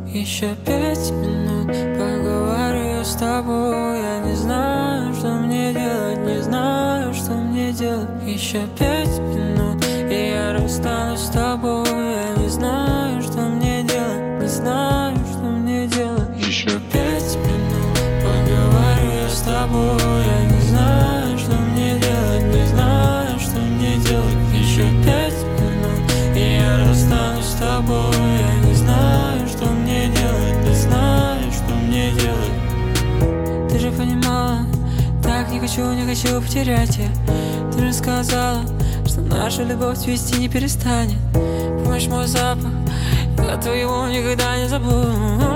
Еще 5 минут поговорю с тобой. Я не знаю, что мне делать, не знаю, что мне делать. Еще 5 минут, и я расстанусь с тобой. Я не знаю, что мне делать, не знаю, что мне делать. Еще 5 минут поговорю с тобой. Я не знаю, что мне делать, не знаю, что мне делать. Еще 5 минут, и я расстанусь с тобой. Я не знаю, что мне делать, не знаю, что мне делать. Ты же понимала, так не хочу потерять я. Ты же сказала, что наша любовь цвести не перестанет. Помнишь мой запах, я твоего никогда не забуду.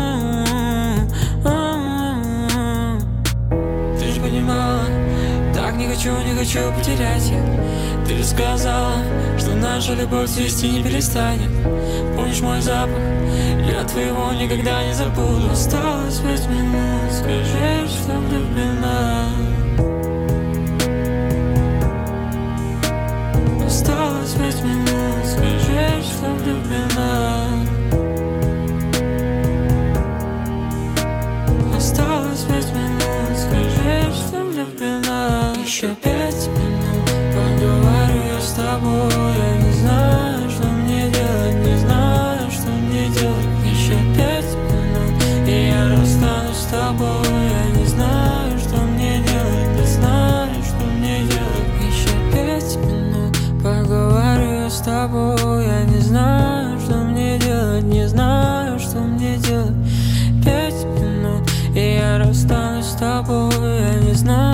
Ты же понимала, так не хочу потерять я. Ты же сказала, что наша любовь цвести не перестанет. Помнишь мой запах, я твоего никогда не забуду. Осталось 5 минут, скажи, что влюблена. Осталось 5 минут, скажи, что влюблена. Осталось 5 минут, скажи, что влюблена. Еще 5 минут поговорю с тобой. Я не знаю, что мне делать, не знаю, что мне делать. Еще 5 минут, и я расстанусь с тобой. Я не знаю, что мне делать, не знаю, что мне делать. Еще 5 минут поговорю с тобой. Я не знаю, что мне делать, не знаю, что мне делать. 5 минут, и я расстанусь с тобой. Я не знаю.